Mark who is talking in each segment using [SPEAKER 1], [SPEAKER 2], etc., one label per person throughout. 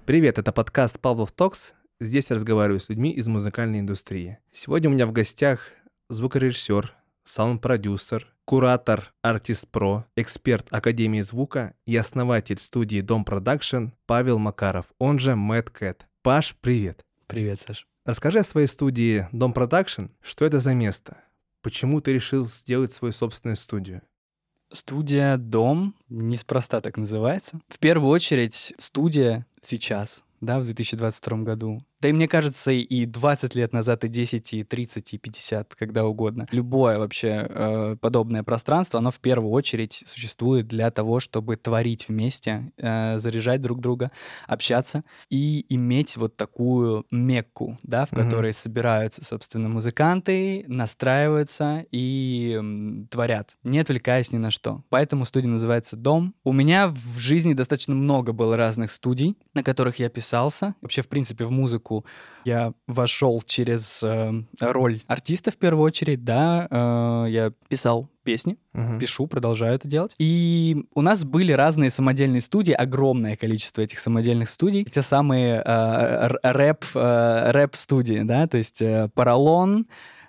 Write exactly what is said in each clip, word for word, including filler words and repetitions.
[SPEAKER 1] Привет, это подкаст Павлов Токс. Здесь я разговариваю с людьми из музыкальной индустрии. Сегодня у меня в гостях звукорежиссер, саунд-продюсер, куратор Artist Pro, эксперт Академии звука и основатель студии Dom Production Павел Макаров, он же Mad Cat. Паш, привет.
[SPEAKER 2] Привет, Саш.
[SPEAKER 1] Расскажи о своей студии Dom Production. Что это за место? Почему ты решил сделать свою собственную студию?
[SPEAKER 2] Студия Дом неспроста так называется. В первую очередь студия сейчас, да, в две тысячи двадцать втором году. Да и мне кажется, и двадцать лет назад, и десять, и тридцать, и пятьдесят, когда угодно. Любое вообще э, подобное пространство, оно в первую очередь существует для того, чтобы творить вместе, э, заряжать друг друга, общаться и иметь вот такую мекку, да, в которой mm-hmm. собираются, собственно, музыканты, настраиваются и м, творят, не отвлекаясь ни на что. Поэтому студия называется Дом. У меня в жизни достаточно много было разных студий, на которых я писался. Вообще, в принципе, в музыку я вошел через э, роль артиста в первую очередь, да, э, я писал песни, uh-huh. пишу, продолжаю это делать. И у нас были разные самодельные студии, огромное количество этих самодельных студий, те самые э, рэп, э, рэп-студии, да, то есть э, Поролон,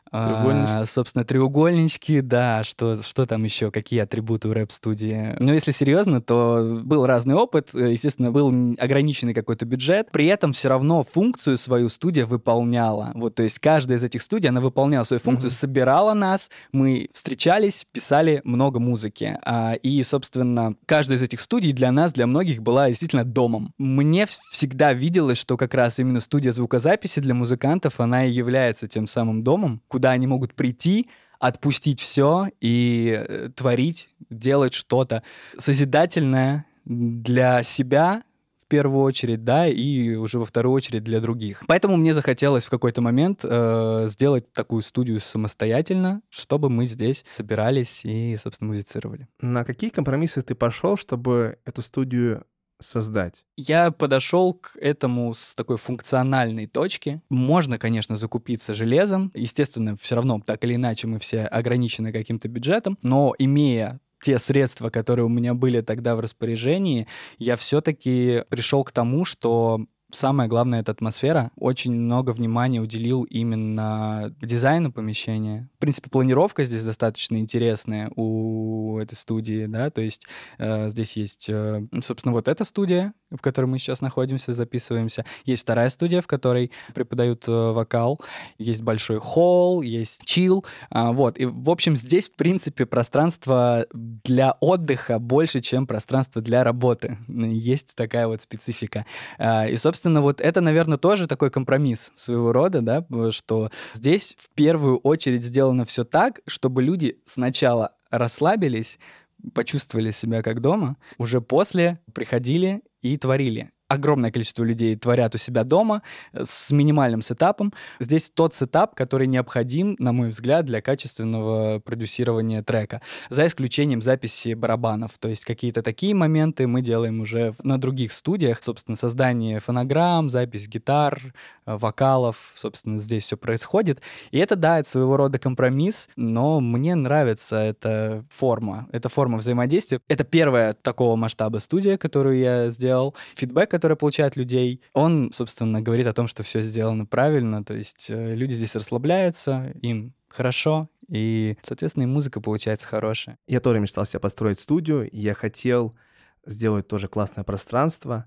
[SPEAKER 2] А, собственно, треугольнички, да, что, что там еще, какие атрибуты у рэп-студии. Но если серьезно, то был разный опыт, естественно, был ограниченный какой-то бюджет, при этом все равно функцию свою студия выполняла. Вот, то есть каждая из этих студий, она выполняла свою функцию, mm-hmm. собирала нас, мы встречались, писали много музыки. А, и, собственно, каждая из этих студий для нас, для многих была действительно домом. Мне всегда виделось, что как раз именно студия звукозаписи для музыкантов, она и является тем самым домом, куда они могут прийти, отпустить все и э, творить, делать что-то созидательное для себя в первую очередь, да, и уже во вторую очередь для других. Поэтому мне захотелось в какой-то момент э, сделать такую студию самостоятельно, чтобы мы здесь собирались и, собственно, музицировали.
[SPEAKER 1] На какие компромиссы ты пошел, чтобы эту студию создать?
[SPEAKER 2] Я подошел к этому с такой функциональной точки. Можно, конечно, закупиться железом. Естественно, все равно, так или иначе, мы все ограничены каким-то бюджетом, но имея те средства, которые у меня были тогда в распоряжении, я все-таки пришел к тому, что самое главное — это атмосфера. Очень много внимания уделил именно дизайну помещения. В принципе, планировка здесь достаточно интересная у этой студии, да, то есть э, здесь есть, э, собственно, вот эта студия, в которой мы сейчас находимся, записываемся. Есть вторая студия, в которой преподают э, вокал. Есть большой холл, есть чил. Э, вот. И, в общем, здесь, в принципе, пространство для отдыха больше, чем пространство для работы. Есть такая вот специфика. Э, и, собственно, Собственно, вот это, наверное, тоже такой компромисс своего рода, да, что здесь в первую очередь сделано все так, чтобы люди сначала расслабились, почувствовали себя как дома, уже после приходили и творили. Огромное количество людей творят у себя дома с минимальным сетапом. Здесь тот сетап, который необходим, на мой взгляд, для качественного продюсирования трека. За исключением записи барабанов. То есть какие-то такие моменты мы делаем уже на других студиях. Собственно, создание фонограмм, запись гитар, вокалов. Собственно, здесь все происходит. И это, да, это своего рода компромисс, но мне нравится эта форма. Эта форма взаимодействия. Это первая такого масштаба студия, которую я сделал. Фидбэк, который получают людей, он, собственно, говорит о том, что все сделано правильно, то есть э, люди здесь расслабляются, им хорошо, и, соответственно, и музыка получается хорошая.
[SPEAKER 1] Я тоже мечтал себе построить студию, я хотел сделать тоже классное пространство,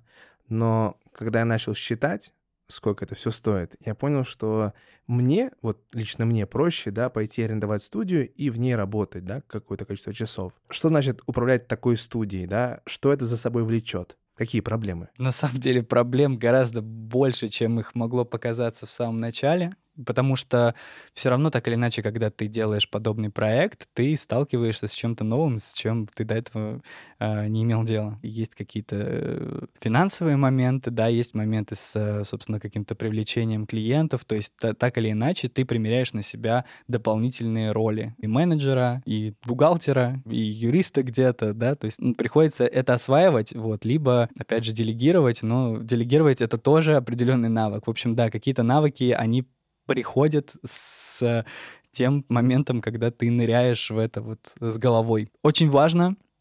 [SPEAKER 1] но когда я начал считать, сколько это все стоит, я понял, что мне, вот лично мне проще, да, пойти арендовать студию и в ней работать, да, какое-то количество часов. Что значит управлять такой студией, да? Что это за собой влечет? Какие проблемы?
[SPEAKER 2] На самом деле проблем гораздо больше, чем их могло показаться в самом начале, потому что все равно так или иначе, когда ты делаешь подобный проект, ты сталкиваешься с чем-то новым, с чем ты до этого э, не имел дела. Есть какие-то финансовые моменты, да, есть моменты с, собственно, каким-то привлечением клиентов, то есть т- так или иначе ты примеряешь на себя дополнительные роли и менеджера, и бухгалтера, и юриста где-то, да, то есть ну, приходится это осваивать, вот, либо, опять же, делегировать, но делегировать — это тоже определенный навык. В общем, да, какие-то навыки, они приходят с тем моментом, когда ты ныряешь в это вот с головой. Очень важно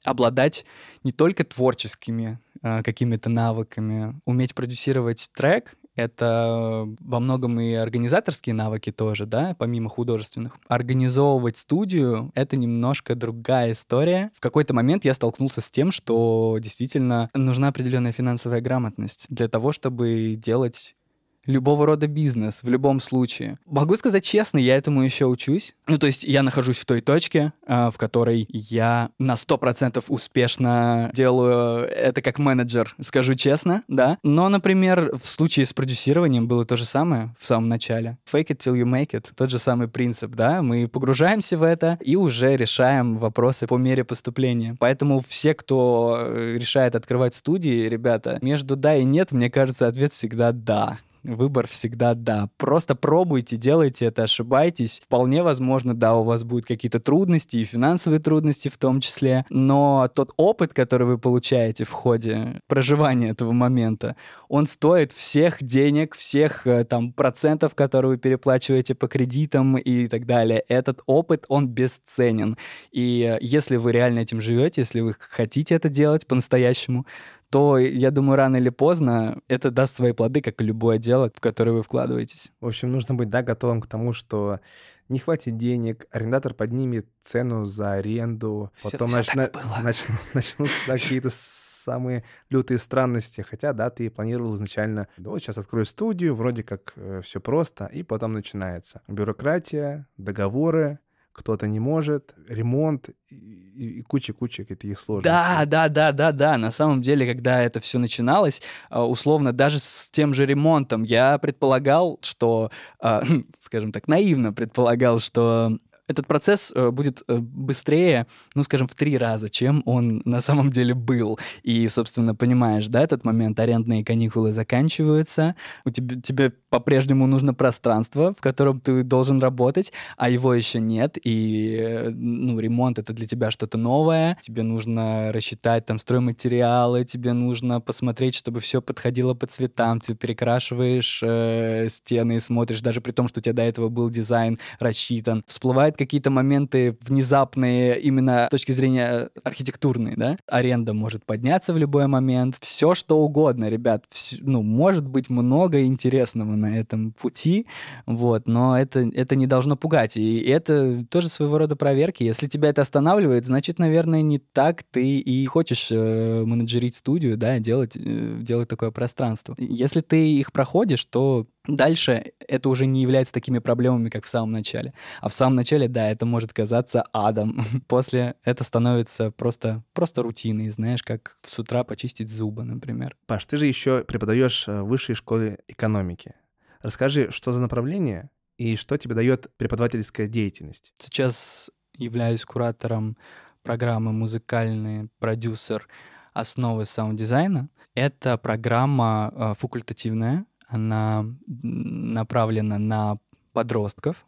[SPEAKER 2] обладать не только творческими э, какими-то навыками, уметь продюсировать трек — это во многом и организаторские навыки тоже, да, помимо художественных. Организовывать студию — это немножко другая история. В какой-то момент я столкнулся с тем, что действительно нужна определенная финансовая грамотность для того, чтобы делать любого рода бизнес в любом случае. Могу сказать честно, я этому еще учусь. Ну, то есть я нахожусь в той точке, в которой я на сто процентов успешно делаю это как менеджер, скажу честно, да. Но, например, в случае с продюсированием было то же самое в самом начале. Fake it till you make it. Тот же самый принцип, да. Мы погружаемся в это и уже решаем вопросы по мере поступления. Поэтому все, кто решает открывать студии, ребята, между да и нет, мне кажется, ответ всегда да. Выбор всегда да. Просто пробуйте, делайте это, ошибайтесь. Вполне возможно, да, у вас будут какие-то трудности, и финансовые трудности в том числе, но тот опыт, который вы получаете в ходе проживания этого момента, он стоит всех денег, всех там процентов, которые вы переплачиваете по кредитам и так далее. Этот опыт, он бесценен. И если вы реально этим живете, если вы хотите это делать по-настоящему, то, я думаю, рано или поздно это даст свои плоды, как и любое дело, в которое вы вкладываетесь.
[SPEAKER 1] В общем, нужно быть, да, готовым к тому, что не хватит денег, арендатор поднимет цену за аренду,
[SPEAKER 2] Всё-
[SPEAKER 1] потом
[SPEAKER 2] всё
[SPEAKER 1] начна-
[SPEAKER 2] так и было.
[SPEAKER 1] начну- начнутся да, какие-то самые лютые странности, хотя, да, ты планировал изначально, да, вот сейчас открою студию, вроде как э, все просто, и потом начинается бюрократия, договоры, кто-то не может, ремонт и, и- и куча-куча каких-то сложностей.
[SPEAKER 2] Да, да, да, да, да. На самом деле, когда это все начиналось, а, условно, даже с тем же ремонтом, я предполагал, что, а, скажем так, наивно предполагал, что этот процесс э, будет э, быстрее, ну, скажем, в три раза, чем он на самом деле был. И, собственно, понимаешь, да, этот момент, арендные каникулы заканчиваются, у тебя, тебе по-прежнему нужно пространство, в котором ты должен работать, а его еще нет, и, э, ну, ремонт — это для тебя что-то новое, тебе нужно рассчитать там стройматериалы, тебе нужно посмотреть, чтобы все подходило по цветам, ты перекрашиваешь э, стены и смотришь, даже при том, что у тебя до этого был дизайн рассчитан. Всплывают какие-то моменты внезапные именно с точки зрения архитектурной, да? Аренда может подняться в любой момент. Все что угодно, ребят. Вс- ну, может быть много интересного на этом пути, вот, но это, это не должно пугать. И это тоже своего рода проверки. Если тебя это останавливает, значит, наверное, не так ты и хочешь э, менеджерить студию, да, делать, э, делать такое пространство. Если ты их проходишь, то дальше это уже не является такими проблемами, как в самом начале. А в самом начале, да, это может казаться адом. После это становится просто, просто рутиной, знаешь, как с утра почистить зубы, например.
[SPEAKER 1] Паш, ты же еще преподаешь в высшей школе экономики. Расскажи, что за направление и что тебе дает преподавательская деятельность?
[SPEAKER 2] Сейчас являюсь куратором программы «Музыкальный продюсер. Основы саунд-дизайна». Это программа э, факультативная, она направлена на подростков,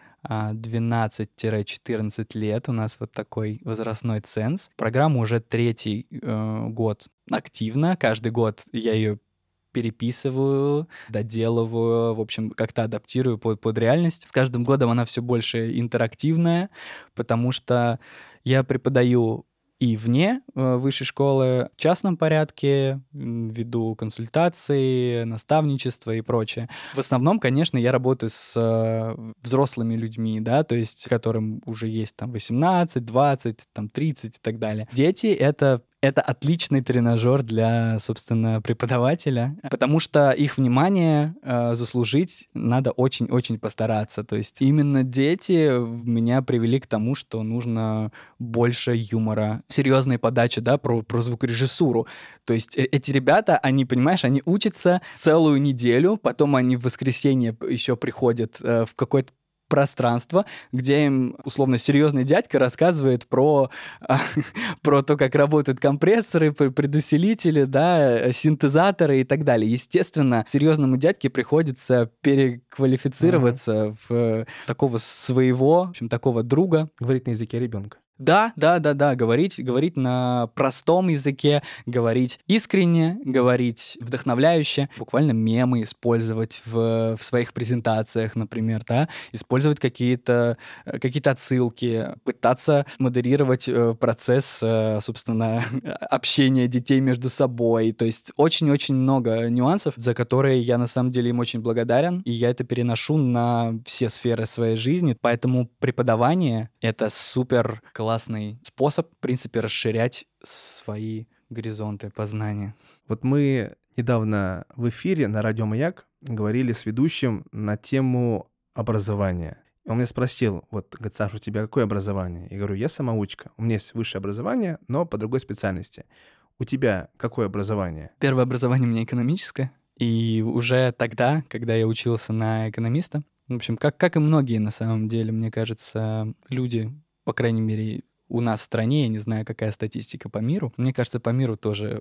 [SPEAKER 2] двенадцать-четырнадцать лет, у нас вот такой возрастной ценз. Программа уже третий э, год активна, каждый год я ее переписываю, доделываю, в общем, как-то адаптирую под, под реальность. С каждым годом она все больше интерактивная, потому что я преподаю и вне э, высшей школы в частном порядке, м, веду консультации, наставничество и прочее. В основном, конечно, я работаю с э, взрослыми людьми, да, то есть которым уже есть там восемнадцать, двадцать, там тридцать и так далее. Дети — это Это отличный тренажер для, собственно, преподавателя, потому что их внимание э, заслужить надо очень-очень постараться. То есть именно дети меня привели к тому, что нужно больше юмора, серьезной подачи, да, про, про звукорежиссуру. То есть э- эти ребята, они, понимаешь, они учатся целую неделю, потом они в воскресенье еще приходят э, в какой-то пространство, где им, условно, серьезный дядька рассказывает про, про то, как работают компрессоры, предусилители, да, синтезаторы и так далее. Естественно, серьезному дядьке приходится переквалифицироваться uh-huh. в такого своего, в общем, такого друга.
[SPEAKER 1] Говорит на языке ребенка.
[SPEAKER 2] Да, да, да, да, говорить, говорить на простом языке, говорить искренне, говорить вдохновляюще, буквально мемы использовать в, в своих презентациях, например, да, использовать какие-то, какие-то отсылки, пытаться модерировать э, процесс, э, собственно, общения детей между собой. То есть очень-очень много нюансов, за которые я на самом деле им очень благодарен, и я это переношу на все сферы своей жизни. Поэтому преподавание — это супер классный способ, в принципе, расширять свои горизонты познания.
[SPEAKER 1] Вот мы недавно в эфире на радио «Маяк» говорили с ведущим на тему образования. И он меня спросил, вот, говорит, Саша, у тебя какое образование? Я говорю, я самоучка. У меня есть высшее образование, но по другой специальности. У тебя какое образование?
[SPEAKER 2] Первое образование у меня экономическое. И уже тогда, когда я учился на экономиста, в общем, как, как и многие на самом деле, мне кажется, люди, по крайней мере, у нас в стране, я не знаю, какая статистика по миру, мне кажется, по миру тоже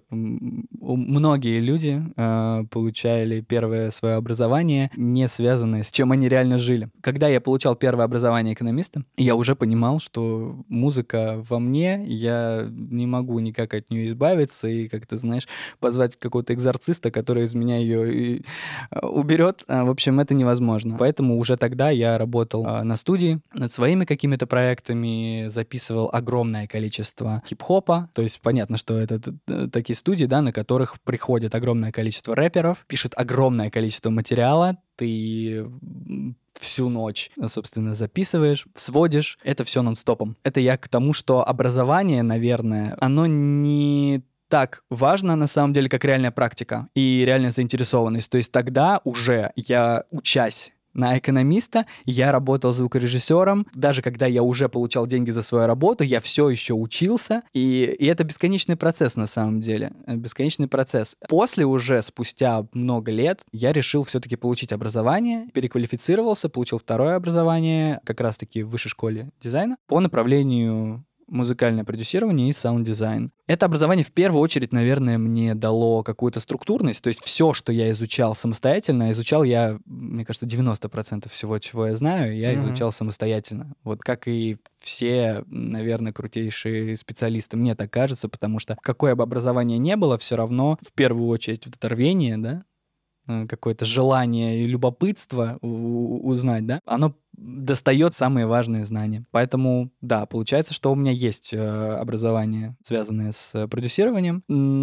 [SPEAKER 2] многие люди э, получали первое свое образование, не связанное с чем они реально жили. Когда я получал первое образование экономиста, я уже понимал, что музыка во мне, я не могу никак от нее избавиться и, как ты знаешь, позвать какого-то экзорциста, который из меня ее уберет. В общем, это невозможно. Поэтому уже тогда я работал на студии над своими какими-то проектами, записывал огромное количество хип-хопа. То есть понятно, что это такие студии, да, на которых приходит огромное количество рэперов, пишут огромное количество материала, ты всю ночь, собственно, записываешь, сводишь. Это все нон-стопом. Это я к тому, что образование, наверное, оно не так важно, на самом деле, как реальная практика и реальная заинтересованность. То есть тогда уже я, учась на экономиста, я работал звукорежиссером. Даже когда я уже получал деньги за свою работу, я все еще учился. И, и это бесконечный процесс, на самом деле. Бесконечный процесс. После уже, спустя много лет, я решил все-таки получить образование, переквалифицировался, получил второе образование, как раз-таки в высшей школе дизайна, по направлению музыкальное продюсирование и саунд-дизайн. Это образование в первую очередь, наверное, мне дало какую-то структурность, то есть все, что я изучал самостоятельно, изучал я, мне кажется, девяносто процентов всего, чего я знаю, я mm-hmm. изучал самостоятельно. Вот как и все, наверное, крутейшие специалисты, мне так кажется, потому что какое бы образование ни было, все равно в первую очередь вот это рвение, да, какое-то желание и любопытство узнать, да, оно достает самые важные знания. Поэтому, да, получается, что у меня есть э, образование, связанное с продюсированием,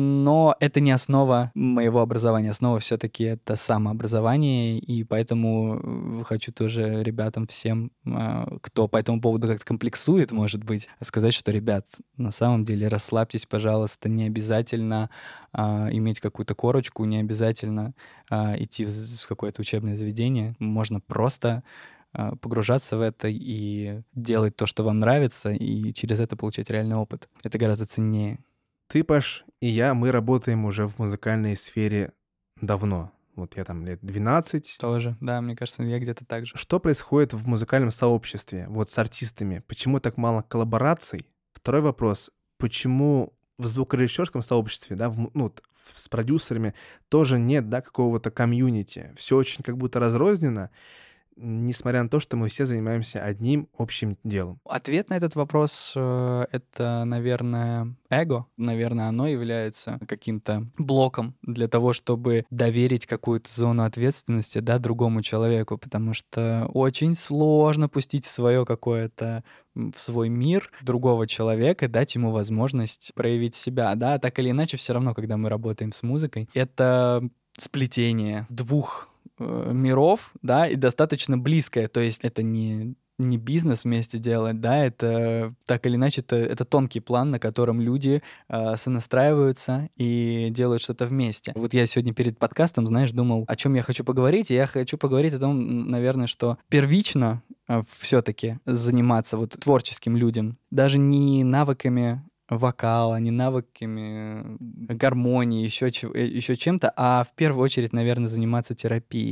[SPEAKER 2] но это не основа моего образования. Основа все-таки это самообразование, и поэтому хочу тоже ребятам всем, э, кто по этому поводу как-то комплексует, может быть, сказать, что, ребят, на самом деле расслабьтесь, пожалуйста, не обязательно э, иметь какую-то корочку, не обязательно э, идти в какое-то учебное заведение, можно просто погружаться в это и делать то, что вам нравится, и через это получать реальный опыт. Это гораздо ценнее.
[SPEAKER 1] Ты, Паш, и я, мы работаем уже в музыкальной сфере давно. Вот я там лет двенадцать.
[SPEAKER 2] Тоже, да, мне кажется, я где-то так же.
[SPEAKER 1] Что происходит в музыкальном сообществе, вот с артистами? Почему так мало коллабораций? Второй вопрос. Почему в звукорежиссерском сообществе, да, в, ну, с продюсерами тоже нет, да, какого-то комьюнити? Все очень как будто разрознено, несмотря на то, что мы все занимаемся одним общим делом?
[SPEAKER 2] Ответ на этот вопрос э, — это, наверное, эго. Наверное, оно является каким-то блоком для того, чтобы доверить какую-то зону ответственности, да, другому человеку, потому что очень сложно пустить в свое какое-то в свой мир другого человека, дать ему возможность проявить себя, да, так или иначе, все равно, когда мы работаем с музыкой, это сплетение двух миров, да, и достаточно близкое, то есть это не, не бизнес вместе делать, да, это так или иначе, это, это тонкий план, на котором люди э, сонастраиваются и делают что-то вместе. Вот я сегодня перед подкастом, знаешь, думал, о чем я хочу поговорить, и я хочу поговорить о том, наверное, что первично э, все-таки заниматься вот творческим людям, даже не навыками вокала, не навыками гармонии, еще, чего, еще чем-то, а в первую очередь, наверное, заниматься терапией.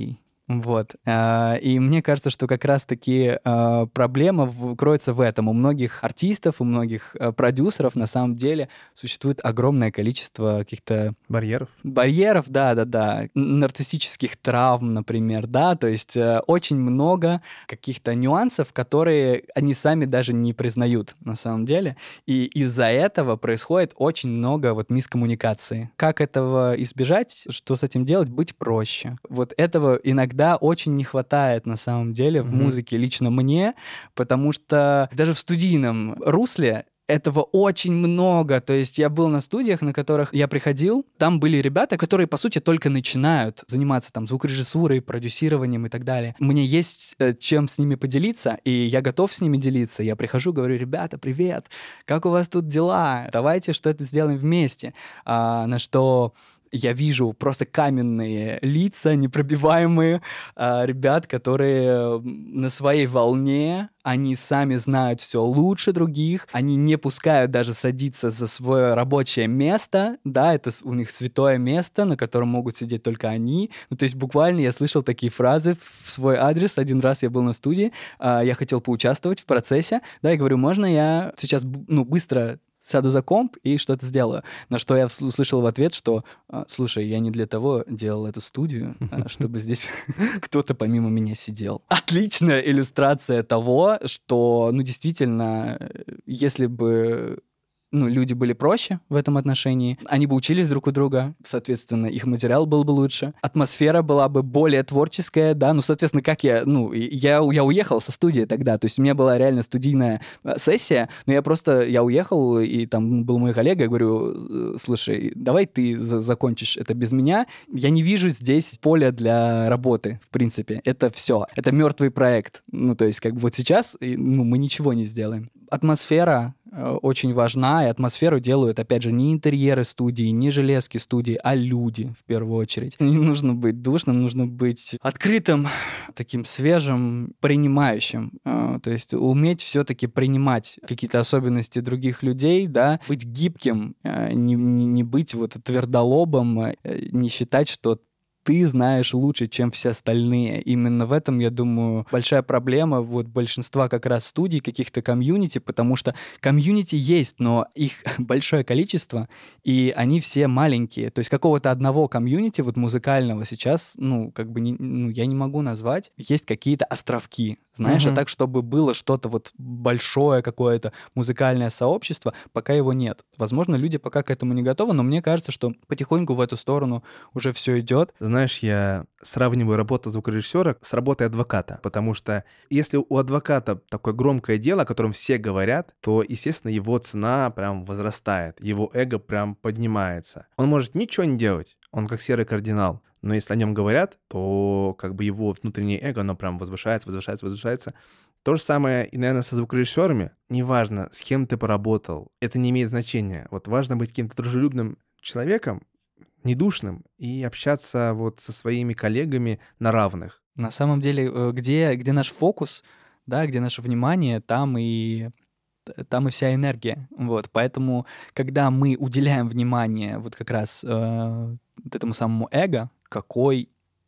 [SPEAKER 2] Вот. А, И мне кажется, что как раз-таки а, проблема в- кроется в этом. У многих артистов, у многих а, продюсеров на самом деле существует огромное количество каких-то
[SPEAKER 1] Барьеров?
[SPEAKER 2] барьеров, да-да-да, н- нарциссических травм, например, да, то есть э, очень много каких-то нюансов, которые они сами даже не признают на самом деле, и из-за этого происходит очень много вот мискоммуникации. Как этого избежать, что с этим делать? Быть проще. Вот этого иногда очень не хватает на самом деле в
[SPEAKER 1] Мгм.
[SPEAKER 2] музыке лично мне, потому что даже в студийном русле этого очень много. То есть я был на студиях, на которых я приходил, там были ребята, которые, по сути, только начинают заниматься там звукорежиссурой, продюсированием и так далее. Мне есть э, чем с ними поделиться, и я готов с ними делиться. Я прихожу, говорю: ребята, привет, как у вас тут дела? Давайте что-то сделаем вместе. А, на что я вижу просто каменные лица, непробиваемые а, ребят, которые м, на своей волне, они сами знают все лучше других, они не пускают даже садиться за свое рабочее место, да, это с- у них святое место, на котором могут сидеть только они. Ну, то есть буквально я слышал такие фразы в свой адрес. Один раз я был на студии, а, я хотел поучаствовать в процессе, да, и говорю: можно я сейчас, б- ну, быстро сяду за комп и что-то сделаю? На что я вс- услышал в ответ, что а, слушай, я не для того делал эту студию, а, чтобы здесь кто-то помимо меня сидел. Отличная иллюстрация того, что, ну, действительно, э, если бы ну, люди были проще в этом отношении, они бы учились друг у друга, соответственно, их материал был бы лучше, атмосфера была бы более творческая, да, ну, соответственно, как я, ну, и- я, я уехал со студии тогда, то есть у меня была реально студийная э, сессия, но я просто, я уехал, и там был мой коллега, я говорю: «Э, слушай, давай ты за- закончишь это без меня, я не вижу здесь поля для работы, в принципе, это все, это мертвый проект, ну, то есть как бы вот сейчас, и, ну, мы ничего не сделаем. Атмосфера э, очень важна, и атмосферу делают, опять же, не интерьеры студии, не железки студии, а люди, в первую очередь. Не нужно быть душным, нужно быть открытым, таким свежим, принимающим. Э, То есть уметь все-таки принимать какие-то особенности других людей, да, быть гибким, э, не, не- не быть вот твердолобом, э, не считать, что ты знаешь лучше, чем все остальные. Именно в этом, я думаю, большая проблема вот большинства как раз студий, каких-то комьюнити, потому что комьюнити есть, но их большое количество, и они все маленькие. То есть какого-то одного комьюнити вот музыкального сейчас, ну, как бы не- ну, я не могу назвать. Есть какие-то островки, знаешь, а
[SPEAKER 1] Мгм.
[SPEAKER 2] так, чтобы было что-то вот большое какое-то музыкальное сообщество, пока его нет. Возможно, люди пока к этому не готовы, но мне кажется, что потихоньку в эту сторону уже все идет.
[SPEAKER 1] Знаешь, я сравниваю работу звукорежиссера с работой адвоката, потому что если у адвоката такое громкое дело, о котором все говорят, то, естественно, его цена прям возрастает, его эго прям поднимается. Он может ничего не делать, он как серый кардинал, но если о нем говорят, то как бы его внутреннее эго, оно прям возвышается, возвышается, возвышается. То же самое и, наверное, со звукорежиссерами. Неважно, с кем ты поработал, это не имеет значения. Вот важно быть каким-то дружелюбным человеком, недушным, и общаться вот со своими коллегами на равных.
[SPEAKER 2] На самом деле, э, где, где наш фокус, да, где наше внимание, там и т- там и вся энергия. Вот, поэтому, когда мы уделяем внимание вот как раз э, вот этому самому эго, какой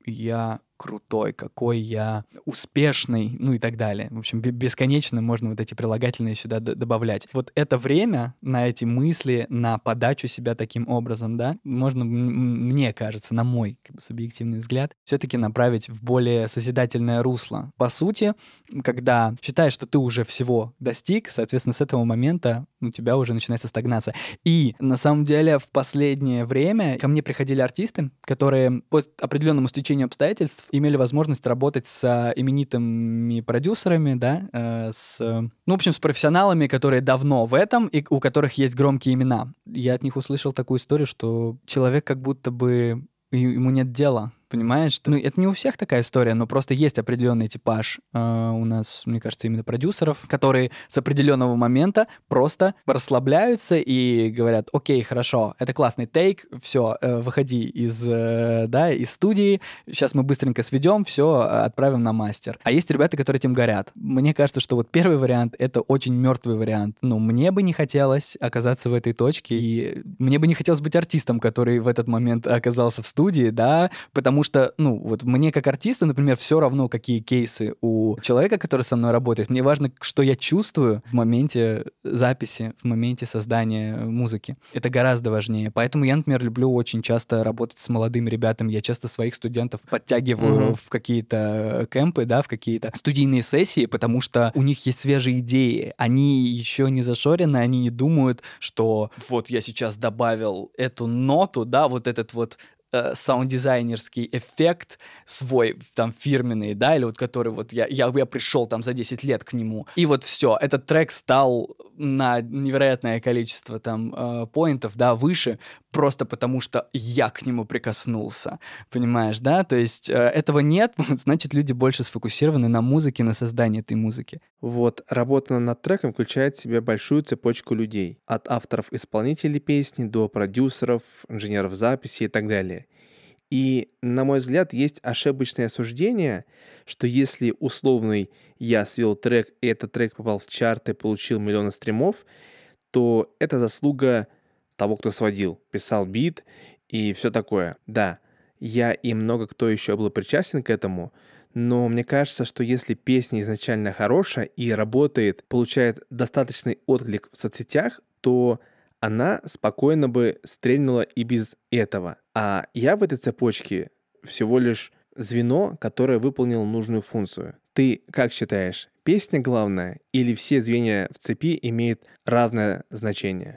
[SPEAKER 2] я крутой, какой я успешный, ну и так далее. В общем, бе- бесконечно можно вот эти прилагательные сюда д- добавлять. Вот это время на эти мысли, на подачу себя таким образом, да, можно, м- м- мне кажется, на мой как бы, субъективный взгляд, все-таки направить в более созидательное русло. По сути, когда считаешь, что ты уже всего достиг, соответственно, с этого момента у тебя уже начинается стагнация. И на самом деле в последнее время ко мне приходили артисты, которые по определенному стечению обстоятельств имели возможность работать с а, именитыми продюсерами, да, э, с, э, ну, в общем, с профессионалами, которые давно в этом и у которых есть громкие имена. Я от них услышал такую историю, что человек как будто бы и- ему нет дела. Понимаешь? Ну, это не у всех такая история, но просто есть определенный типаж э, у нас, мне кажется, именно продюсеров, которые с определенного момента просто расслабляются и говорят: окей, хорошо, это классный тейк, все, выходи из, э, да, из студии, сейчас мы быстренько сведем, все, отправим на мастер. А есть ребята, которые этим горят. Мне кажется, что вот первый вариант — это очень мертвый вариант. Ну, мне бы не хотелось оказаться в этой точке, и мне бы не хотелось быть артистом, который в этот момент оказался в студии, да, потому Потому что, ну, вот мне как артисту, например, все равно, какие кейсы у человека, который со мной работает. Мне важно, что я чувствую в моменте записи, в моменте создания музыки. Это гораздо важнее. Поэтому я, например, люблю очень часто работать с молодыми ребятами. Я часто своих студентов подтягиваю
[SPEAKER 1] Мгм.
[SPEAKER 2] в какие-то кемпы, да, в какие-то студийные сессии, потому что у них есть свежие идеи. Они еще не зашорены, они не думают, что вот я сейчас добавил эту ноту, да, вот этот вот э, саунд-дизайнерский эффект свой, там, фирменный, да, или вот который вот я, я, я пришел там за десять лет к нему, и вот все, этот трек стал на невероятное количество там э, поинтов, да, выше, просто потому что я к нему прикоснулся, понимаешь, да, то есть э, этого нет, значит, люди больше сфокусированы на музыке, на создании этой музыки.
[SPEAKER 1] Вот работа над треком включает в себя большую цепочку людей. От авторов-исполнителей песни до продюсеров, инженеров записи и так далее. И, на мой взгляд, есть ошибочное суждение, что если условный я свел трек, и этот трек попал в чарты, получил миллионы стримов, то это заслуга того, кто сводил, писал бит и все такое. Да, я и много кто еще был причастен к этому, но мне кажется, что если песня изначально хорошая и работает, получает достаточный отклик в соцсетях, то она спокойно бы стрельнула и без этого. А я в этой цепочке всего лишь звено, которое выполнило нужную функцию. Ты как считаешь, песня главная или все звенья в цепи имеют равное значение?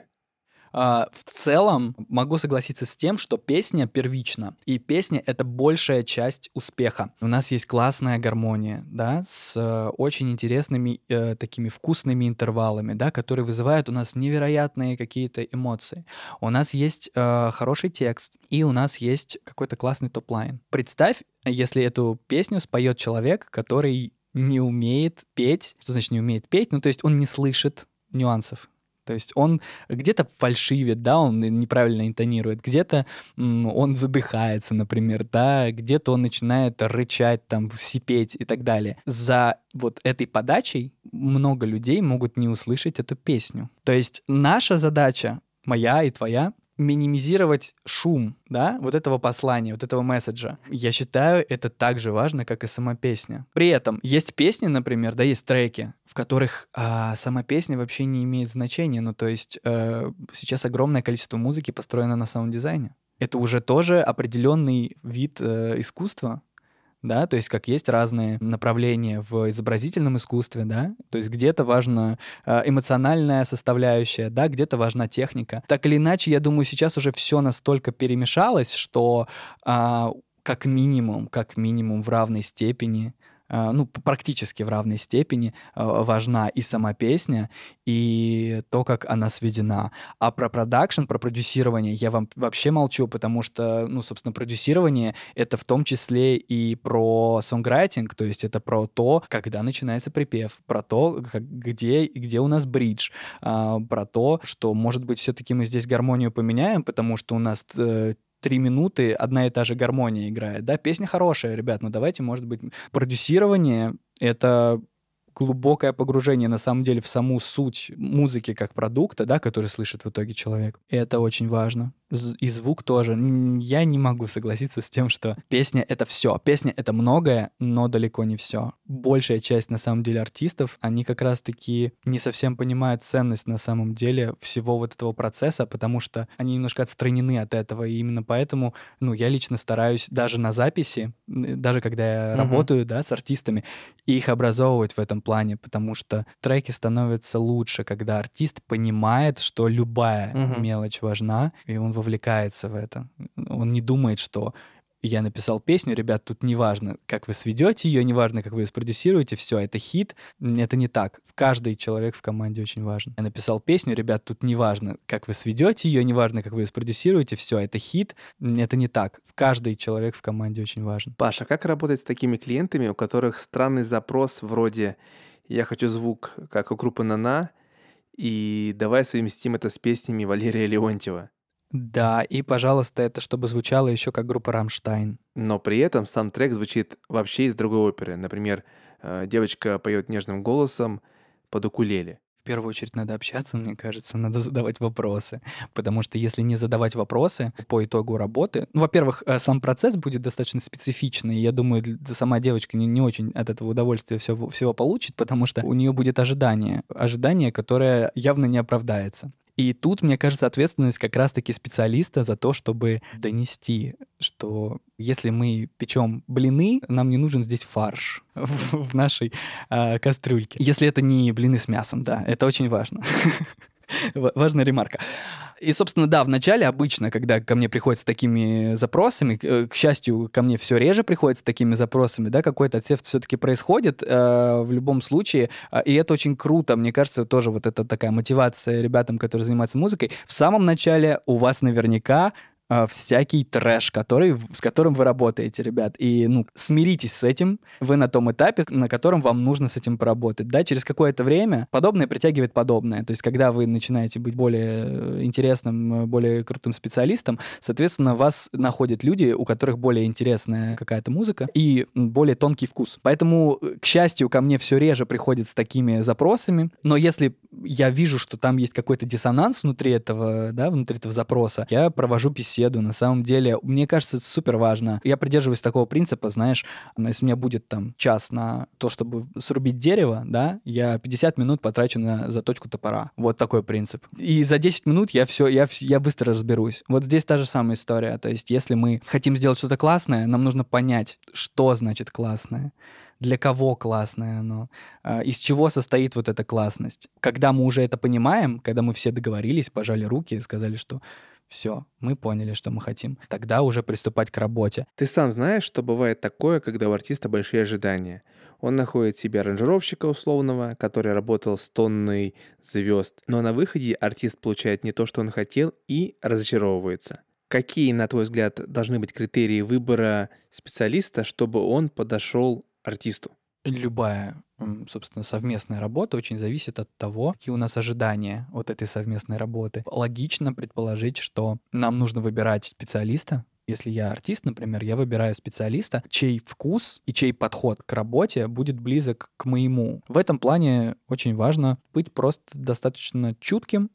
[SPEAKER 2] А, в целом могу согласиться с тем, что песня первична, и песня — это большая часть успеха. У нас есть классная гармония, да, с э, очень интересными э, такими вкусными интервалами, да, которые вызывают у нас невероятные какие-то эмоции. У нас есть э, хороший текст, и у нас есть какой-то классный топ-лайн. Представь, если эту песню споет человек, который не умеет петь. Что значит не умеет петь? Ну, то есть он не слышит нюансов. То есть он где-то фальшивит, да, он неправильно интонирует, где-то м, он задыхается, например, да, где-то он начинает рычать, там, сипеть и так далее. За вот этой подачей много людей могут не услышать эту песню. То есть наша задача, моя и твоя, минимизировать шум, да, вот этого послания, вот этого месседжа. Я считаю, это так же важно, как и сама песня. При этом есть песни, например, да, есть треки, в которых а, сама песня вообще не имеет значения. Ну, то есть э, сейчас огромное количество музыки построено на саунд-дизайне. Это уже тоже определенный вид э, искусства. Да, то есть как есть разные направления в изобразительном искусстве, да, то есть где-то важна э, эмоциональная составляющая, да, где-то важна техника. Так или иначе, я думаю, сейчас уже все настолько перемешалось, что э, как минимум, как минимум в равной степени, э, ну, практически в равной степени э, важна и сама песня, и то, как она сведена. А про продакшн, про продюсирование я вам вообще молчу, потому что, ну, собственно, продюсирование — это в том числе и про сонграйтинг, то есть это про то, когда начинается припев, про то, как, где, где у нас бридж, а, про то, что, может быть, все-таки мы здесь гармонию поменяем, потому что у нас э, три минуты одна и та же гармония играет. Да, песня хорошая, ребят, но давайте, может быть, продюсирование — это глубокое погружение, на самом деле, в саму суть музыки как продукта, да, который слышит в итоге человек. И это очень важно. З- И звук тоже. М, Я не могу согласиться с тем, что песня — это все. Песня — это многое, но далеко не все. Большая часть, на самом деле, артистов, они как раз-таки не совсем понимают ценность, на самом деле, всего вот этого процесса, потому что они немножко отстранены от этого, и именно поэтому, ну, я лично стараюсь даже на записи, м, даже когда я
[SPEAKER 1] Мгм.
[SPEAKER 2] работаю, да, с артистами, их образовывать в этом плане, потому что треки становятся лучше, когда артист понимает, что любая
[SPEAKER 1] Мгм.
[SPEAKER 2] мелочь важна, и он вовлекается в это. Он не думает, что я написал песню, ребят, тут не важно, как вы сведете ее, не важно, как вы ее спродюсируете, все, это хит. Это не так. Каждый человек в команде очень важен. Я написал песню, ребят, тут не важно, как вы сведете ее, не важно, как вы ее спродюсируете, все, это хит. Это не так. Каждый человек в команде очень важен.
[SPEAKER 1] Паша, как работать с такими клиентами, у которых странный запрос вроде «я хочу звук, как у группы Нана», и давай совместим это с песнями Валерия Леонтьева.
[SPEAKER 2] Да, и, пожалуйста, это чтобы звучало еще как группа «Рамштайн».
[SPEAKER 1] Но при этом сам трек звучит вообще из другой оперы. Например, э, девочка поет нежным голосом под укулеле.
[SPEAKER 2] первую очередь надо общаться, мне кажется, надо задавать вопросы. Потому что если не задавать вопросы по итогу работы, ну, во-первых, э, сам процесс будет достаточно специфичный. Я думаю, для- сама девочка не, не очень от этого удовольствия всего, всего получит, потому что у нее будет ожидание. Ожидание, которое явно не оправдается. И тут, мне кажется, ответственность как раз-таки специалиста за то, чтобы донести, что если мы печем блины, нам не нужен здесь фарш в, в нашей а, кастрюльке. Если это не блины с мясом, да, это очень важно. Ва- Важная ремарка. И, собственно, да, в начале обычно, когда ко мне приходят с такими запросами, к, э, к счастью, ко мне все реже приходят с такими запросами, да, какой-то отсев все-таки происходит э, в любом случае, а, и это очень круто. Мне кажется, тоже вот это такая мотивация ребятам, которые занимаются музыкой. В самом начале у вас наверняка а, всякий трэш, который, с которым вы работаете, ребят. И, ну, смиритесь с этим. Вы на том этапе, на котором вам нужно с этим поработать. Да, через какое-то время подобное притягивает подобное. То есть, когда вы начинаете быть более э, интересным, э, более крутым специалистом, соответственно, вас находят люди, у которых более интересная какая-то музыка и м, более тонкий вкус. Поэтому, э, к счастью, ко мне все реже приходят с такими запросами. Но если я вижу, что там есть какой-то диссонанс внутри этого, да, внутри этого запроса, я провожу беседу. На самом деле, мне кажется, это супер важно. Я придерживаюсь такого принципа, знаешь, если у меня будет там час на то, чтобы срубить дерево, да, я пятьдесят минут потрачу на заточку топора. Вот такой принцип. И за десять минут я все, я, вс- я быстро разберусь. Вот здесь та же самая история. То есть, если мы хотим сделать что-то классное, нам нужно понять, что значит классное. Для кого классное оно, а, из чего состоит вот эта классность. Когда мы уже это понимаем, когда мы все договорились, пожали руки и сказали, что все, мы поняли, что мы хотим, тогда уже приступать к работе.
[SPEAKER 1] Ты сам знаешь, что бывает такое, когда у артиста большие ожидания. Он находит себе аранжировщика условного, который работал с тонной звезд, но на выходе артист получает не то, что он хотел, и разочаровывается. Какие, на твой взгляд, должны быть критерии выбора специалиста, чтобы он подошел артисту?
[SPEAKER 2] Любая, м, собственно, совместная работа очень зависит от того, какие у нас ожидания от этой совместной работы. Логично предположить, что нам нужно выбирать специалиста. Если я артист, например, я выбираю специалиста, чей вкус и чей подход к работе будет близок к моему. В этом плане очень важно быть просто достаточно чутким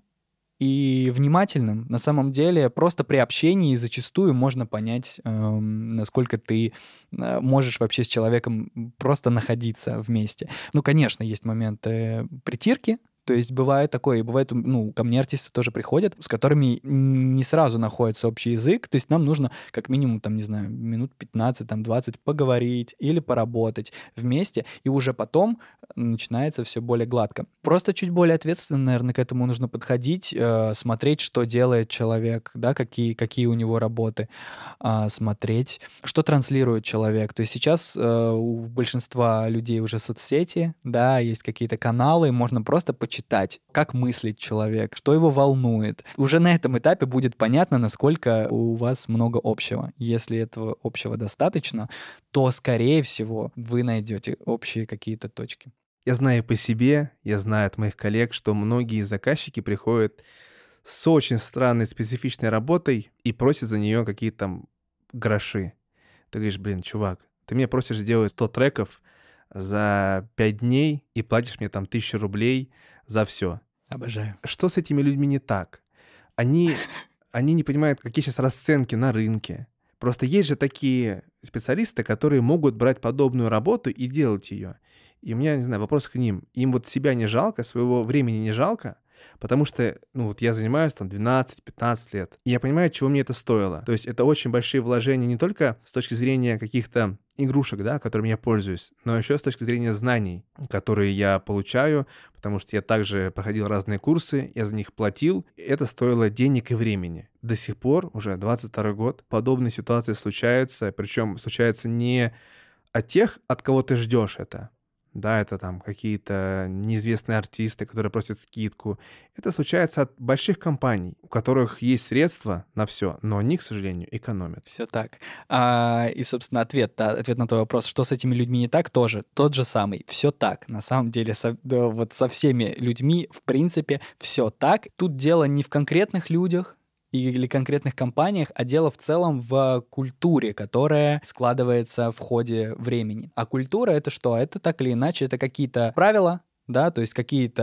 [SPEAKER 2] и внимательным. На самом деле, просто при общении зачастую можно понять, эм, насколько ты э, можешь вообще с человеком просто находиться вместе. Ну, конечно, есть моменты притирки. То есть бывает такое, и бывает, ну, ко мне артисты тоже приходят, с которыми не сразу находится общий язык, то есть нам нужно как минимум, там, не знаю, минут пятнадцать, там, двадцать поговорить или поработать вместе, и уже потом начинается все более гладко. Просто чуть более ответственно, наверное, к этому нужно подходить, э, смотреть, что делает человек, да, какие, какие у него работы, а, смотреть, что транслирует человек. То есть сейчас э, у большинства людей уже соцсети, да, есть какие-то каналы, можно просто почитать, как мыслит человек, что его волнует. Уже на этом этапе будет понятно, насколько у вас много общего. Если этого общего достаточно, то, скорее всего, вы найдете общие какие-то точки.
[SPEAKER 1] Я знаю по себе, я знаю от моих коллег, что многие заказчики приходят с очень странной специфичной работой и просят за нее какие-то там гроши. Ты говоришь, блин, чувак, ты мне просишь сделать сто треков за пять дней и платишь мне там тысячу рублей за все.
[SPEAKER 2] Обожаю.
[SPEAKER 1] Что с этими людьми не так? Они, они не понимают, какие сейчас расценки на рынке. Просто есть же такие специалисты, которые могут брать подобную работу и делать ее. И у меня, не знаю, вопрос к ним. Им вот себя не жалко, своего времени не жалко, потому что, ну вот я занимаюсь там двенадцать-пятнадцать лет, и я понимаю, чего мне это стоило. То есть это очень большие вложения не только с точки зрения каких-то игрушек, да, которыми я пользуюсь, но еще с точки зрения знаний, которые я получаю, потому что я также проходил разные курсы, я за них платил, и это стоило денег и времени. До сих пор, уже двадцать второй год, подобные ситуации случаются, причем случаются не от тех, от кого ты ждешь это. Да, это там какие-то неизвестные артисты, которые просят скидку. Это случается от больших компаний, у которых есть средства на все, но они, к сожалению, экономят.
[SPEAKER 2] Все так. А, и, собственно, ответ, да, ответ на твой вопрос, что с этими людьми не так, тоже тот же самый. Все так. На самом деле, со, да, вот со всеми людьми, в принципе, все так. Тут дело не в конкретных людях или конкретных компаниях, а дело в целом в культуре, которая складывается в ходе времени. А культура — это что? Это так или иначе, это какие-то правила, да, то есть какие-то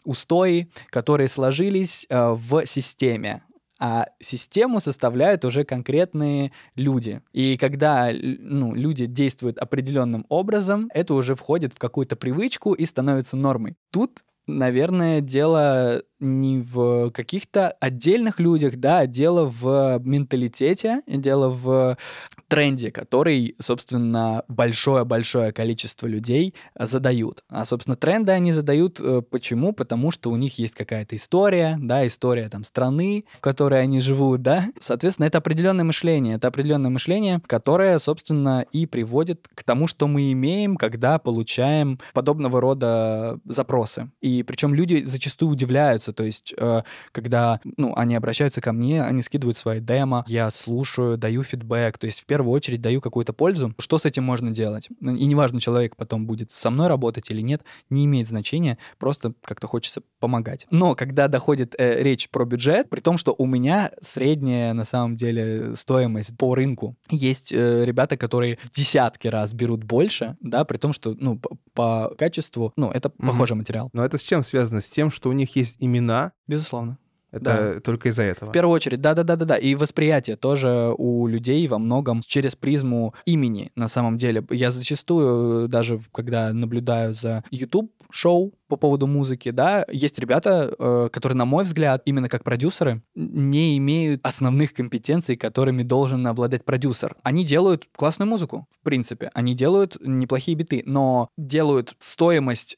[SPEAKER 2] устои, которые сложились э, в системе. А систему составляют уже конкретные люди. И когда ну, люди действуют определенным образом, это уже входит в какую-то привычку и становится нормой. Тут, наверное, дело не в каких-то отдельных людях, да, а дело в менталитете, дело в тренде, который, собственно, большое-большое количество людей задают. А, собственно, тренды они задают почему? Потому что у них есть какая-то история, да, история там страны, в которой они живут, да. Соответственно, это определенное мышление, это определенное мышление, которое, собственно, и приводит к тому, что мы имеем, когда получаем подобного рода запросы. И причем люди зачастую удивляются, то есть, э, когда, ну, они обращаются ко мне, они скидывают свои демо, я слушаю, даю фидбэк, то есть в первую очередь даю какую-то пользу. Что с этим можно делать? И неважно, человек потом будет со мной работать или нет, не имеет значения, просто как-то хочется помогать. Но когда доходит э, речь про бюджет, при том, что у меня средняя, на самом деле, стоимость по рынку, есть э, ребята, которые в десятки раз берут больше, да, при том, что, ну, по, по качеству, ну, это
[SPEAKER 1] Мгм.
[SPEAKER 2] похожий материал.
[SPEAKER 1] Но это с чем связано? С тем, что у них есть имена?
[SPEAKER 2] Безусловно.
[SPEAKER 1] Это только из-за этого?
[SPEAKER 2] В первую очередь, да-да-да-да-да. И восприятие тоже у людей во многом через призму имени, на самом деле. Я зачастую, даже когда наблюдаю за YouTube-шоу по поводу музыки, да, есть ребята, э, которые, на мой взгляд, именно как продюсеры, не имеют основных компетенций, которыми должен обладать продюсер. Они делают классную музыку, в принципе. Они делают неплохие биты, но делают стоимость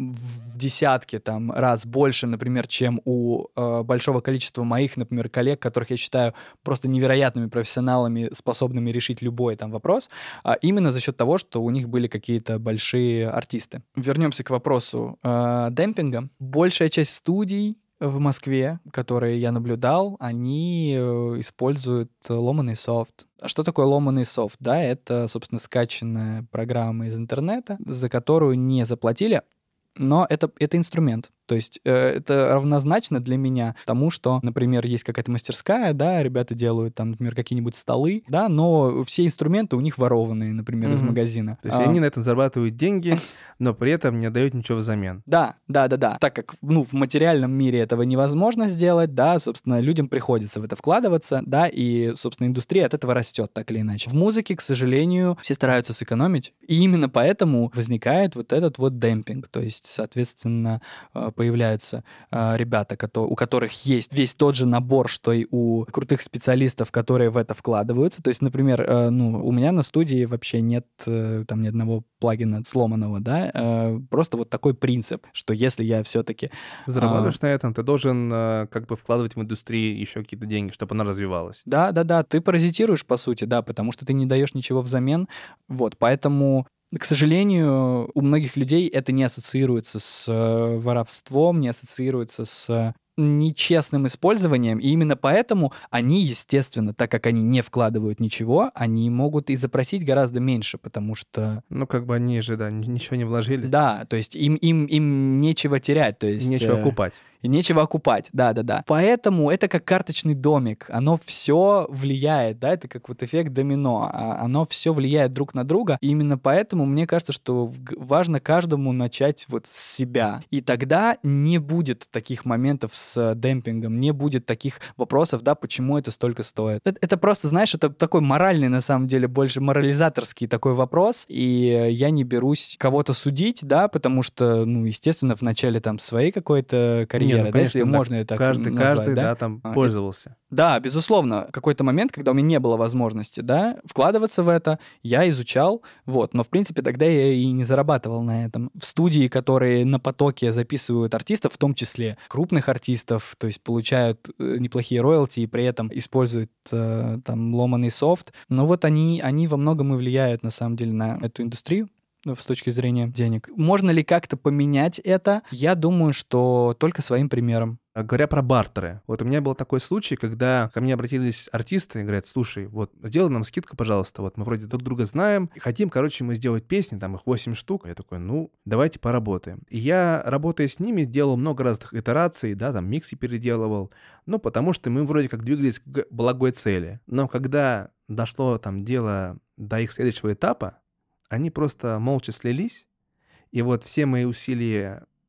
[SPEAKER 2] в десятки там, раз больше, например, чем у э, большого количества моих, например, коллег, которых я считаю просто невероятными профессионалами, способными решить любой там вопрос, а именно за счет того, что у них были какие-то большие артисты. Вернемся к вопросу э, демпинга. Большая часть студий в Москве, которые я наблюдал, они э, используют ломаный софт. А что такое ломаный софт? Да, это, собственно, скачанная программа из интернета, за которую не заплатили, но это, это инструмент. То есть э, это равнозначно для меня тому, что, например, есть какая-то мастерская, да, ребята делают там, например, какие-нибудь столы, да, но все инструменты у них ворованные, например, из
[SPEAKER 1] Мгм.
[SPEAKER 2] магазина.
[SPEAKER 1] То есть
[SPEAKER 2] А,
[SPEAKER 1] они на этом зарабатывают деньги, но при этом не отдают ничего взамен.
[SPEAKER 2] Да, да, да, да. Так как, ну, в материальном мире этого невозможно сделать, да, собственно, людям приходится в это вкладываться, да, и, собственно, индустрия от этого растет, так или иначе. В музыке, к сожалению, все стараются сэкономить, и именно поэтому возникает вот этот вот демпинг, то есть, соответственно, э, появляются э, ребята, кото- у которых есть весь тот же набор, что и у крутых специалистов, которые в это вкладываются. То есть, например, э, ну, у меня на студии вообще нет э, там ни одного плагина сломанного, да, э, просто вот такой принцип, что если я все-таки...
[SPEAKER 1] Зарабатываешь на этом, ты должен э, как бы вкладывать в индустрию еще какие-то деньги, чтобы она развивалась.
[SPEAKER 2] Да, да, да, ты паразитируешь, по сути, да, потому что ты не даешь ничего взамен. Вот, поэтому, к сожалению, у многих людей это не ассоциируется с э, воровством, не ассоциируется с нечестным использованием, и именно поэтому они, естественно, так как они не вкладывают ничего, они могут и запросить гораздо меньше, потому что...
[SPEAKER 1] Ну, как бы они же, да, ни- ничего не вложили.
[SPEAKER 2] Да, то есть им, им, им нечего терять, то
[SPEAKER 1] И
[SPEAKER 2] есть...
[SPEAKER 1] нечего
[SPEAKER 2] э,
[SPEAKER 1] окупать.
[SPEAKER 2] И нечего окупать, да-да-да. Поэтому это как карточный домик, оно все влияет, да, это как вот эффект домино, а оно все влияет друг на друга, и именно поэтому мне кажется, что в- важно каждому начать вот с себя, и тогда не будет таких моментов с демпингом, не будет таких вопросов, да, почему это столько стоит. Это, это просто, знаешь, это такой моральный, на самом деле, больше морализаторский такой вопрос, и я не берусь кого-то судить, да, потому что, ну, естественно, в начале там своей какой-то карьеры,
[SPEAKER 1] Не, ну,
[SPEAKER 2] да, если
[SPEAKER 1] конечно, да,
[SPEAKER 2] можно это так
[SPEAKER 1] каждый,
[SPEAKER 2] назвать,
[SPEAKER 1] каждый,
[SPEAKER 2] да?
[SPEAKER 1] да, там
[SPEAKER 2] А, и-
[SPEAKER 1] пользовался.
[SPEAKER 2] Да, безусловно, какой-то момент, когда у меня не было возможности, да, вкладываться в это, я изучал, вот, но, в принципе, тогда я и не зарабатывал на этом. В студии, которые на потоке записывают артистов, в том числе крупных артистов, то есть получают э, неплохие роялти и при этом используют э, там ломаный софт, но вот они, они во многом и влияют, на самом деле, на эту индустрию, ну, с точки зрения денег. Можно ли как-то поменять это? Я думаю, что только своим примером.
[SPEAKER 1] А говоря про бартеры, вот у меня был такой случай, когда ко мне обратились артисты и говорят: слушай, вот сделай нам скидку, пожалуйста, вот мы вроде друг друга знаем, и хотим, короче, мы сделать песни, там их восемь штук. Я такой: ну, давайте поработаем. И я, работая с ними, делал много разных итераций, да, там миксы переделывал, ну, потому что мы вроде как двигались к благой цели. Но когда дошло там дело до их следующего этапа, они просто молча слились, и вот все мои усилия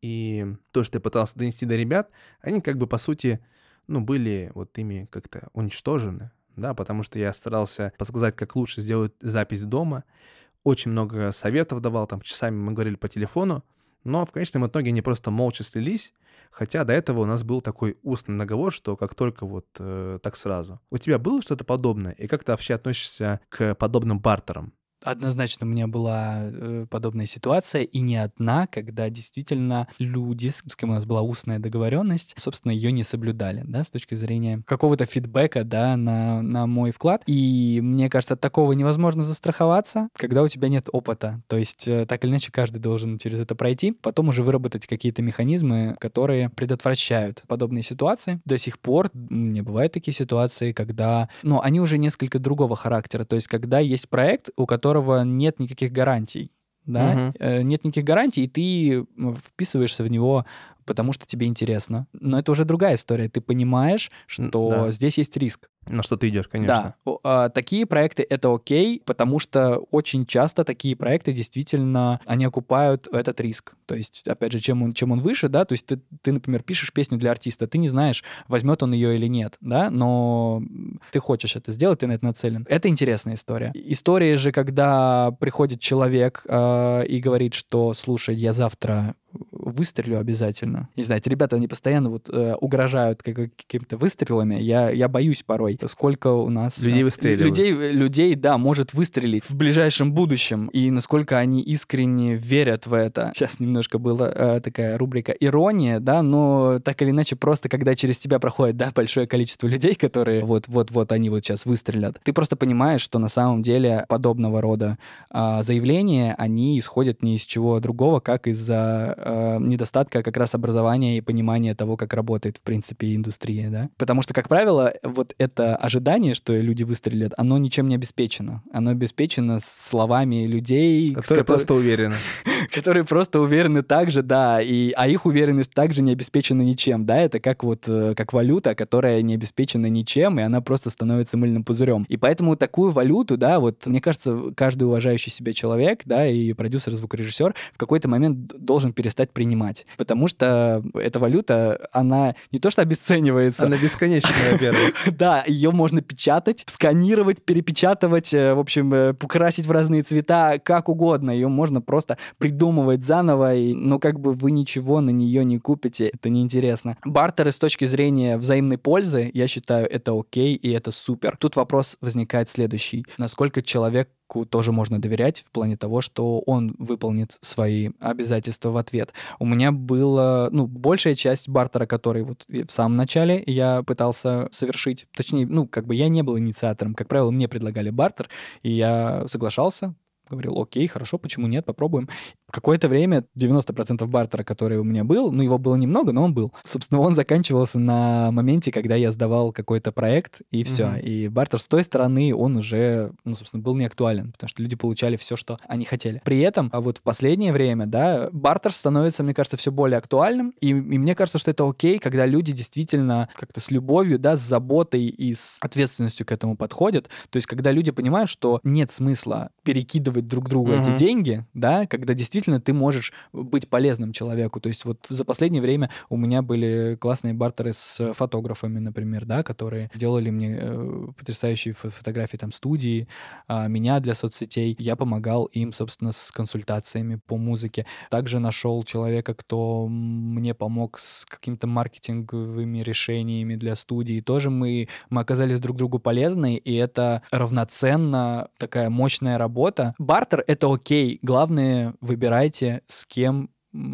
[SPEAKER 1] и то, что я пытался донести до ребят, они как бы, по сути, ну, были вот ими как-то уничтожены, да, потому что я старался подсказать, как лучше сделать запись дома, очень много советов давал, там часами мы говорили по телефону, но в конечном итоге они просто молча слились, хотя до этого у нас был такой устный договор, что как только вот э, так сразу. У тебя было что-то подобное? И как ты вообще относишься к подобным бартерам?
[SPEAKER 2] Однозначно у меня была э, подобная ситуация, и не одна, когда действительно люди, с, с кем у нас была устная договоренность, собственно, ее не соблюдали, да, с точки зрения какого-то фидбэка, да, на, на мой вклад. И мне кажется, от такого невозможно застраховаться, когда у тебя нет опыта. То есть, э, так или иначе, каждый должен через это пройти, потом уже выработать какие-то механизмы, которые предотвращают подобные ситуации. До сих пор мне бывают такие ситуации, когда, ну, они уже несколько другого характера. То есть, когда есть проект, у которого нет никаких гарантий, да, uh-huh. нет никаких гарантий, и ты вписываешься в него, потому что тебе интересно. Но это уже другая история. Ты понимаешь, что да. здесь есть риск.
[SPEAKER 1] На что ты идешь, конечно.
[SPEAKER 2] Да. А, такие проекты — это окей, потому что очень часто такие проекты действительно, они окупают этот риск. То есть, опять же, чем он, чем он выше, да, то есть ты, ты, например, пишешь песню для артиста, ты не знаешь, возьмет он ее или нет, да, но ты хочешь это сделать, ты на это нацелен. Это интересная история. История же, когда приходит человек э, и говорит, что, слушай, я завтра выстрелю обязательно. Не знаю, эти ребята, они постоянно вот э, угрожают какими-то выстрелами. Я, я боюсь порой, сколько у нас...
[SPEAKER 1] Людей выстреливают.
[SPEAKER 2] Людей, людей, да, может выстрелить в ближайшем будущем. И насколько они искренне верят в это. Сейчас немножко была э, такая рубрика ирония, да, но так или иначе просто, когда через тебя проходит, да, большое количество людей, которые вот-вот-вот они вот сейчас выстрелят, ты просто понимаешь, что на самом деле подобного рода э, заявления, они исходят ни из чего другого, как из-за э, недостатка как раз образования и понимания того, как работает, в принципе, индустрия, да. Потому что, как правило, вот это ожидание, что люди выстрелят, оно ничем не обеспечено. Оно обеспечено словами людей...
[SPEAKER 1] Которые просто уверены.
[SPEAKER 2] Которые просто уверены так же, да, и, а их уверенность также не обеспечена ничем, да, это как вот, как валюта, которая не обеспечена ничем, и она просто становится мыльным пузырем. И поэтому такую валюту, да, вот, мне кажется, каждый уважающий себя человек, да, и продюсер, звукорежиссер в какой-то момент должен перестать принимать, потому что эта валюта, она не то что обесценивается...
[SPEAKER 1] Она бесконечная, во-первых.
[SPEAKER 2] Да, ее можно печатать, сканировать, перепечатывать, в общем, покрасить в разные цвета, как угодно, ее можно просто придумывать заново, и, ну, как бы вы ничего на нее не купите, это неинтересно. Бартеры с точки зрения взаимной пользы, я считаю, это окей, и это супер. Тут вопрос возникает следующий. Насколько человеку тоже можно доверять в плане того, что он выполнит свои обязательства в ответ. У меня было, ну, большая часть бартера, который вот в самом начале я пытался совершить, точнее, ну, как бы я не был инициатором, как правило, мне предлагали бартер, и я соглашался, говорил, окей, хорошо, почему нет, попробуем. Какое-то время девяносто процентов бартера, который у меня был, ну, его было немного, но он был. Собственно, он заканчивался на моменте, когда я сдавал какой-то проект, и все. Uh-huh. И бартер с той стороны, он уже, ну, собственно, был не актуален, потому что люди получали все, что они хотели. При этом, а вот в последнее время, да, бартер становится, мне кажется, все более актуальным, и, и мне кажется, что это окей, когда люди действительно как-то с любовью, да, с заботой и с ответственностью к этому подходят. То есть, когда люди понимают, что нет смысла перекидывать друг другу uh-huh. эти деньги, да, когда действительно ты можешь быть полезным человеку. То есть вот за последнее время у меня были классные бартеры с фотографами, например, да, которые делали мне э, потрясающие фо- фотографии там студии, э, меня для соцсетей. Я помогал им, собственно, с консультациями по музыке. Также нашел человека, кто мне помог с какими-то маркетинговыми решениями для студии. Тоже мы, мы оказались друг другу полезны, и это равноценно такая мощная работа. Бартер — это окей. Главное, выбирайте, с кем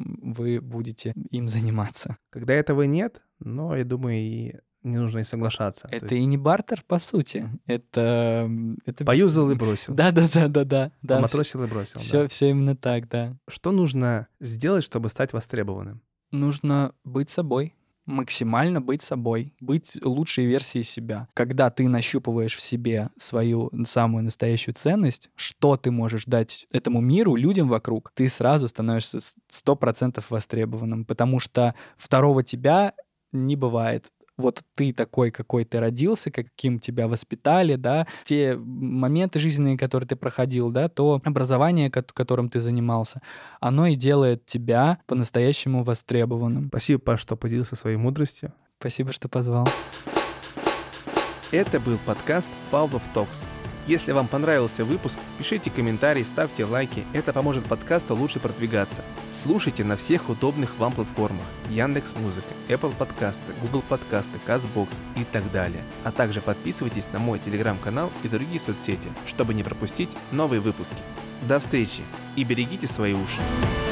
[SPEAKER 2] вы будете им заниматься.
[SPEAKER 1] Когда этого нет, но, я думаю, и не нужно и соглашаться.
[SPEAKER 2] Это есть... и не бартер, по сути. Это... это...
[SPEAKER 1] Поюзал и бросил.
[SPEAKER 2] Да-да-да-да-да.
[SPEAKER 1] Поматросил и бросил.
[SPEAKER 2] Все,
[SPEAKER 1] да.
[SPEAKER 2] все именно так, да.
[SPEAKER 1] Что нужно сделать, чтобы стать востребованным?
[SPEAKER 2] Нужно быть собой. Максимально быть собой, быть лучшей версией себя. Когда ты нащупываешь в себе свою самую настоящую ценность, что ты можешь дать этому миру, людям вокруг, ты сразу становишься сто процентов востребованным, потому что второго тебя не бывает. вот ты такой, какой ты родился, каким тебя воспитали, да, те моменты жизненные, которые ты проходил, да, то образование, которым ты занимался, оно и делает тебя по-настоящему востребованным.
[SPEAKER 1] Спасибо, Паш, что поделился своей мудростью.
[SPEAKER 2] Спасибо, что позвал.
[SPEAKER 1] Это был подкаст Pavlov Talks. Если вам понравился выпуск, пишите комментарии, ставьте лайки. Это поможет подкасту лучше продвигаться. Слушайте на всех удобных вам платформах: Яндекс.Музыка, Apple подкасты, Google подкасты, Castbox и так далее. А также подписывайтесь на мой телеграм-канал и другие соцсети, чтобы не пропустить новые выпуски. До встречи и берегите свои уши.